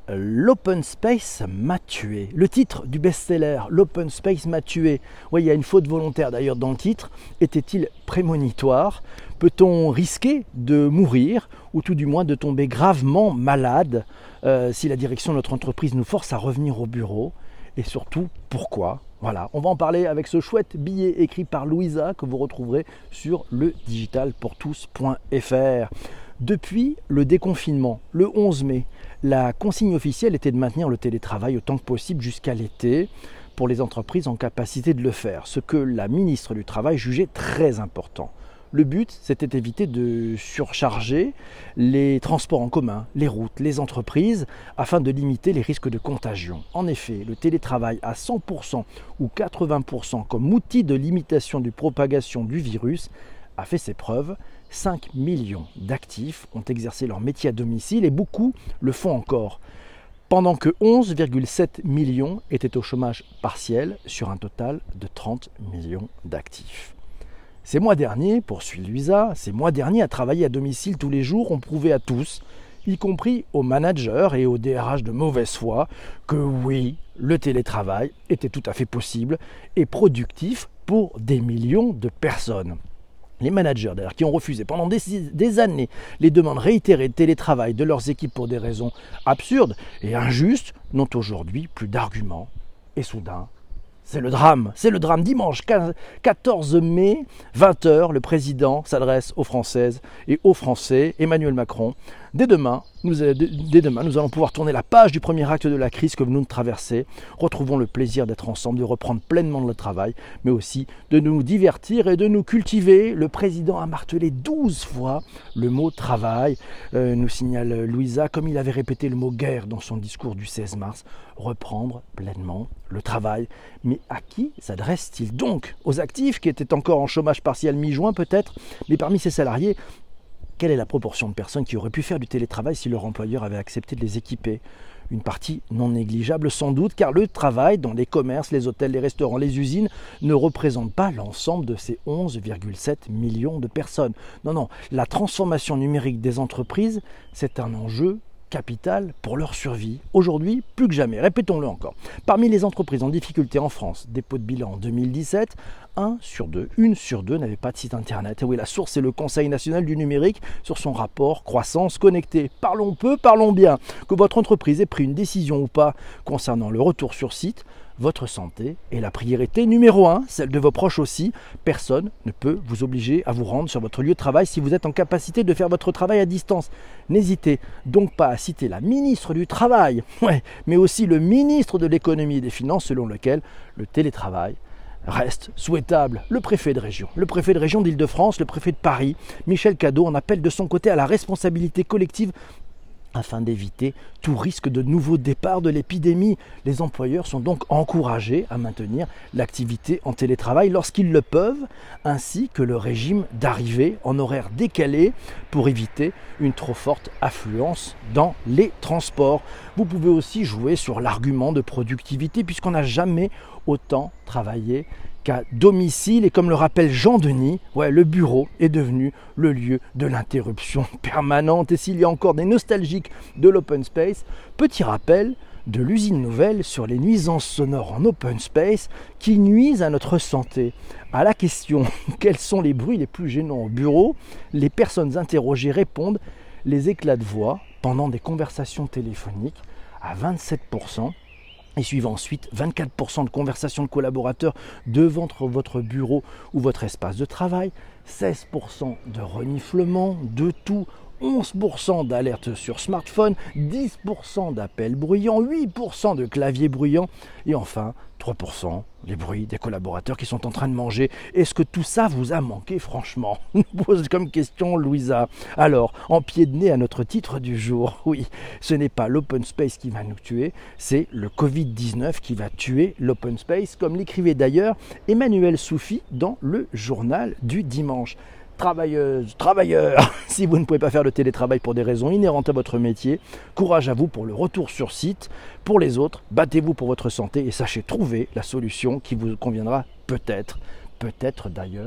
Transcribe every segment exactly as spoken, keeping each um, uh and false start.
L'open space m'a tué. Le titre du best-seller, l'open space m'a tué. Oui, il y a une faute volontaire d'ailleurs dans le titre. Était-il prémonitoire? Peut-on risquer de mourir ou tout du moins de tomber gravement malade euh, si la direction de notre entreprise nous force à revenir au bureau? Et surtout, pourquoi? Voilà, on va en parler avec ce chouette billet écrit par Louisa que vous retrouverez sur le digital pour tous point f r. Depuis le déconfinement, le onze mai, la consigne officielle était de maintenir le télétravail autant que possible jusqu'à l'été pour les entreprises en capacité de le faire, ce que la ministre du Travail jugeait très important. Le but, c'était d'éviter de surcharger les transports en commun, les routes, les entreprises, afin de limiter les risques de contagion. En effet, le télétravail à cent pour cent ou quatre-vingts pour cent comme outil de limitation de propagation du virus a fait ses preuves. cinq millions d'actifs ont exercé leur métier à domicile et beaucoup le font encore, pendant que onze virgule sept millions étaient au chômage partiel sur un total de trente millions d'actifs. Ces mois derniers, poursuit Louisa, ces mois derniers à travailler à domicile tous les jours ont prouvé à tous, y compris aux managers et aux D R H de mauvaise foi, que oui, le télétravail était tout à fait possible et productif pour des millions de personnes. Les managers d'ailleurs qui ont refusé pendant des, des années les demandes réitérées de télétravail de leurs équipes pour des raisons absurdes et injustes n'ont aujourd'hui plus d'arguments. Et soudain, c'est le drame, c'est le drame. Dimanche quatorze mai, vingt heures, le président s'adresse aux Françaises et aux Français, Emmanuel Macron. Dès demain, nous, dès demain, nous allons pouvoir tourner la page du premier acte de la crise que nous venons de traverser. Retrouvons le plaisir d'être ensemble, de reprendre pleinement le travail, mais aussi de nous divertir et de nous cultiver. Le président a martelé douze fois le mot travail, euh, nous signale Louisa, comme il avait répété le mot guerre dans son discours du seize mars. Reprendre pleinement le travail. Mais à qui s'adresse-t-il donc? Aux actifs qui étaient encore en chômage partiel mi-juin peut-être, mais parmi ces salariés, quelle est la proportion de personnes qui auraient pu faire du télétravail si leur employeur avait accepté de les équiper? Une partie non négligeable sans doute, car le travail dans les commerces, les hôtels, les restaurants, les usines ne représente pas l'ensemble de ces onze virgule sept millions de personnes. Non, non, la transformation numérique des entreprises, c'est un enjeu capital pour leur survie. Aujourd'hui, plus que jamais. Répétons-le encore. Parmi les entreprises en difficulté en France, dépôt de bilan en deux mille dix-sept, un sur deux, une sur deux n'avait pas de site internet. Et oui, la source est le Conseil national du numérique sur son rapport croissance connectée. Parlons peu, parlons bien. Que votre entreprise ait pris une décision ou pas concernant le retour sur site, votre santé est la priorité numéro un, celle de vos proches aussi. Personne ne peut vous obliger à vous rendre sur votre lieu de travail si vous êtes en capacité de faire votre travail à distance. N'hésitez donc pas à citer la ministre du Travail, ouais, mais aussi le ministre de l'Économie et des Finances, selon lequel le télétravail reste souhaitable. Le préfet de région, le préfet de région d'Île-de-France, le préfet de Paris, Michel Cadot, en appelle de son côté à la responsabilité collective afin d'éviter tout risque de nouveau départ de l'épidémie. Les employeurs sont donc encouragés à maintenir l'activité en télétravail lorsqu'ils le peuvent, ainsi que le régime d'arrivée en horaire décalé pour éviter une trop forte affluence dans les transports. Vous pouvez aussi jouer sur l'argument de productivité puisqu'on n'a jamais autant travaillé qu'à domicile, et comme le rappelle Jean Denis, ouais, le bureau est devenu le lieu de l'interruption permanente. Et s'il y a encore des nostalgiques de l'open space, petit rappel de l'usine nouvelle sur les nuisances sonores en open space qui nuisent à notre santé. À la question quels sont les bruits les plus gênants au bureau, les personnes interrogées répondent les éclats de voix pendant des conversations téléphoniques à vingt-sept pour cent. Et suivent ensuite vingt-quatre pour cent de conversations de collaborateurs devant votre bureau ou votre espace de travail, seize pour cent de reniflements, de tout, onze pour cent d'alertes sur smartphone, dix pour cent d'appels bruyants, huit pour cent de claviers bruyants et enfin trois pour cent les bruits des collaborateurs qui sont en train de manger. Est-ce que tout ça vous a manqué franchement? Nous pose comme question Louisa. Alors, en pied de nez à notre titre du jour, oui, ce n'est pas l'open space qui va nous tuer, c'est le covid dix-neuf qui va tuer l'open space, comme l'écrivait d'ailleurs Emmanuel Soufi dans le journal du dimanche. Travailleuses, travailleurs, si vous ne pouvez pas faire le télétravail pour des raisons inhérentes à votre métier, courage à vous pour le retour sur site. Pour les autres, battez-vous pour votre santé et sachez trouver la solution qui vous conviendra peut-être, peut-être d'ailleurs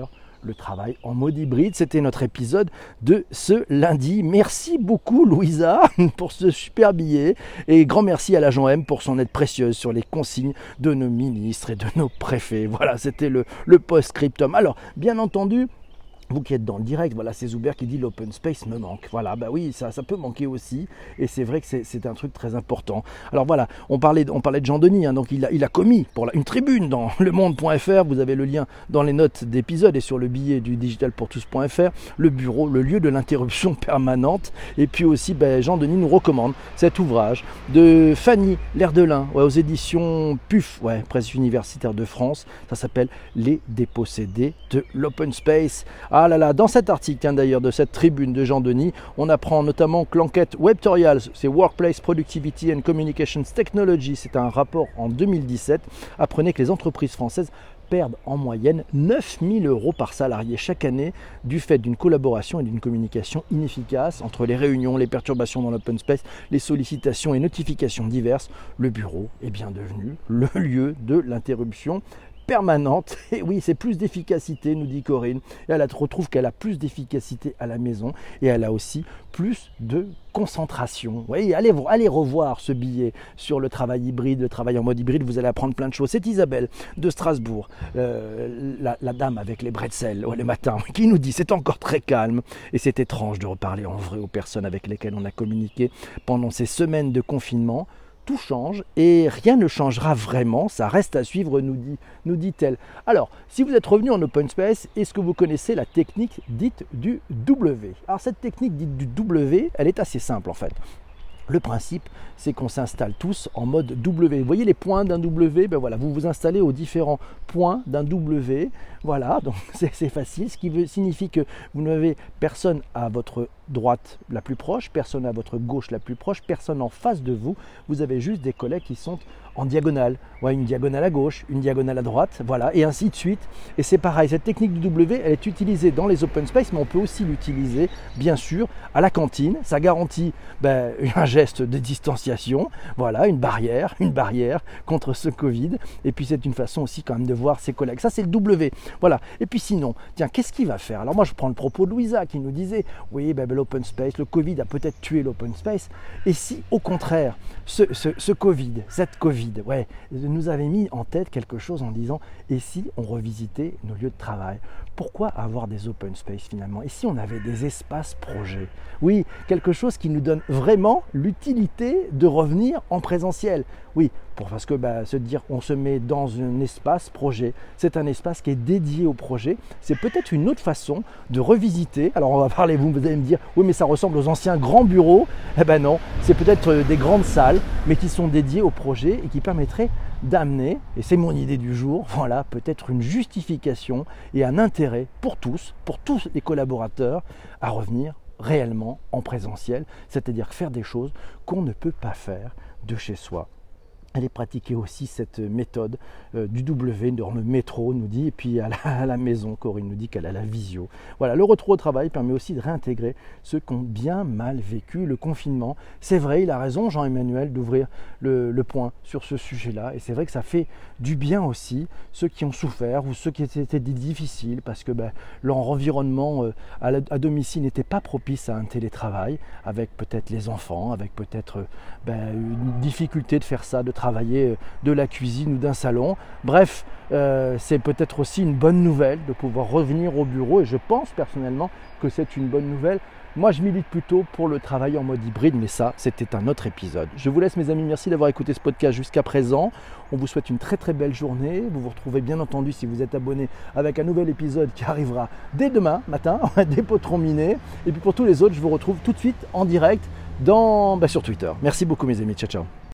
le travail en mode hybride. C'était notre épisode de ce lundi. Merci beaucoup Louisa pour ce super billet et grand merci à l'agent M pour son aide précieuse sur les consignes de nos ministres et de nos préfets. Voilà, c'était le, le post-scriptum. Alors, bien entendu, vous qui êtes dans le direct, voilà, c'est Zuber qui dit l'open space me manque. Voilà, bah oui, ça, ça peut manquer aussi. Et c'est vrai que c'est, c'est un truc très important. Alors voilà, on parlait, on parlait de Jean Denis, hein, donc il a, il a commis pour la, une tribune dans le monde point f r. Vous avez le lien dans les notes d'épisode et sur le billet du digital pour tous point f r. Le bureau, le lieu de l'interruption permanente. Et puis aussi, bah, Jean Denis nous recommande cet ouvrage de Fanny Lerdelin, ouais, aux éditions P U F, ouais, Presse universitaire de France. Ça s'appelle Les dépossédés de l'open space. Ah là là, dans cet article hein, d'ailleurs de cette tribune de Jean Denis, on apprend notamment que l'enquête Webtorials, c'est Workplace Productivity and Communications Technology, c'est un rapport en deux mille dix-sept, apprenait que les entreprises françaises perdent en moyenne neuf mille euros par salarié chaque année du fait d'une collaboration et d'une communication inefficace entre les réunions, les perturbations dans l'open space, les sollicitations et notifications diverses. Le bureau est bien devenu le lieu de l'interruption permanente. Et oui, c'est plus d'efficacité, nous dit Corinne. Et elle retrouve qu'elle a plus d'efficacité à la maison et elle a aussi plus de concentration. Oui, allez, allez revoir ce billet sur le travail hybride, le travail en mode hybride, vous allez apprendre plein de choses. C'est Isabelle de Strasbourg, euh, la, la dame avec les bretzels ouais, le matin, qui nous dit c'est encore très calme et c'est étrange de reparler en vrai aux personnes avec lesquelles on a communiqué pendant ces semaines de confinement. Tout change et rien ne changera vraiment, ça reste à suivre, nous, dit, nous dit-elle. Alors, si vous êtes revenu en open space, est-ce que vous connaissez la technique dite du W? Alors, cette technique dite du W, elle est assez simple en fait. Le principe, c'est qu'on s'installe tous en mode W. Vous voyez les points d'un W, ben voilà, vous vous installez aux différents points d'un W. Voilà, donc c'est, c'est facile, ce qui veut, signifie que vous n'avez personne à votre droite la plus proche, personne à votre gauche la plus proche, personne en face de vous. Vous avez juste des collègues qui sont en diagonale. Ouais, une diagonale à gauche, une diagonale à droite, voilà, et ainsi de suite. Et c'est pareil, cette technique du W, elle est utilisée dans les open space, mais on peut aussi l'utiliser, bien sûr, à la cantine. Ça garantit ben, un geste de distanciation, voilà, une barrière, une barrière contre ce Covid. Et puis c'est une façon aussi quand même de voir ses collègues. Ça, c'est le W. Voilà. Et puis sinon, tiens, qu'est-ce qu'il va faire? Alors moi, je prends le propos de Louisa qui nous disait, oui, ben, ben, l'open space, le Covid a peut-être tué l'open space. Et si, au contraire, ce, ce, ce Covid, cette Covid, ouais, nous avait mis en tête quelque chose en disant, et si on revisitait nos lieux de travail? Pourquoi avoir des open space finalement? Et si on avait des espaces projets? Oui, quelque chose qui nous donne vraiment l'utilité de revenir en présentiel. Oui, pour, parce que bah, se dire on se met dans un espace projet, c'est un espace qui est dédié au projet. C'est peut-être une autre façon de revisiter. Alors on va parler, vous, vous allez me dire, oui mais ça ressemble aux anciens grands bureaux. Eh ben non, c'est peut-être des grandes salles, mais qui sont dédiées au projet et qui permettraient d'amener, et c'est mon idée du jour, voilà, peut-être une justification et un intérêt pour tous, pour tous les collaborateurs, à revenir réellement en présentiel, c'est-à-dire faire des choses qu'on ne peut pas faire de chez soi. Elle est pratiquée aussi cette méthode euh, du W dans le métro, nous dit, et puis à la, à la maison, Corinne nous dit qu'elle a la visio. Voilà, le retour au travail permet aussi de réintégrer ceux qui ont bien mal vécu le confinement. C'est vrai, il a raison Jean-Emmanuel d'ouvrir le, le point sur ce sujet-là, et c'est vrai que ça fait du bien aussi, ceux qui ont souffert ou ceux qui étaient difficiles, parce que ben, leur environnement euh, à, la, à domicile n'était pas propice à un télétravail, avec peut-être les enfants, avec peut-être ben, une difficulté de faire ça, de travailler de la cuisine ou d'un salon. Bref, euh, c'est peut-être aussi une bonne nouvelle de pouvoir revenir au bureau et je pense personnellement que c'est une bonne nouvelle. Moi, je milite plutôt pour le travail en mode hybride, mais ça, c'était un autre épisode. Je vous laisse mes amis, merci d'avoir écouté ce podcast jusqu'à présent. On vous souhaite une très très belle journée. Vous vous retrouvez bien entendu si vous êtes abonné avec un nouvel épisode qui arrivera dès demain matin, des potrons minés. Et puis pour tous les autres, je vous retrouve tout de suite en direct dans, bah, sur Twitter. Merci beaucoup mes amis, ciao ciao.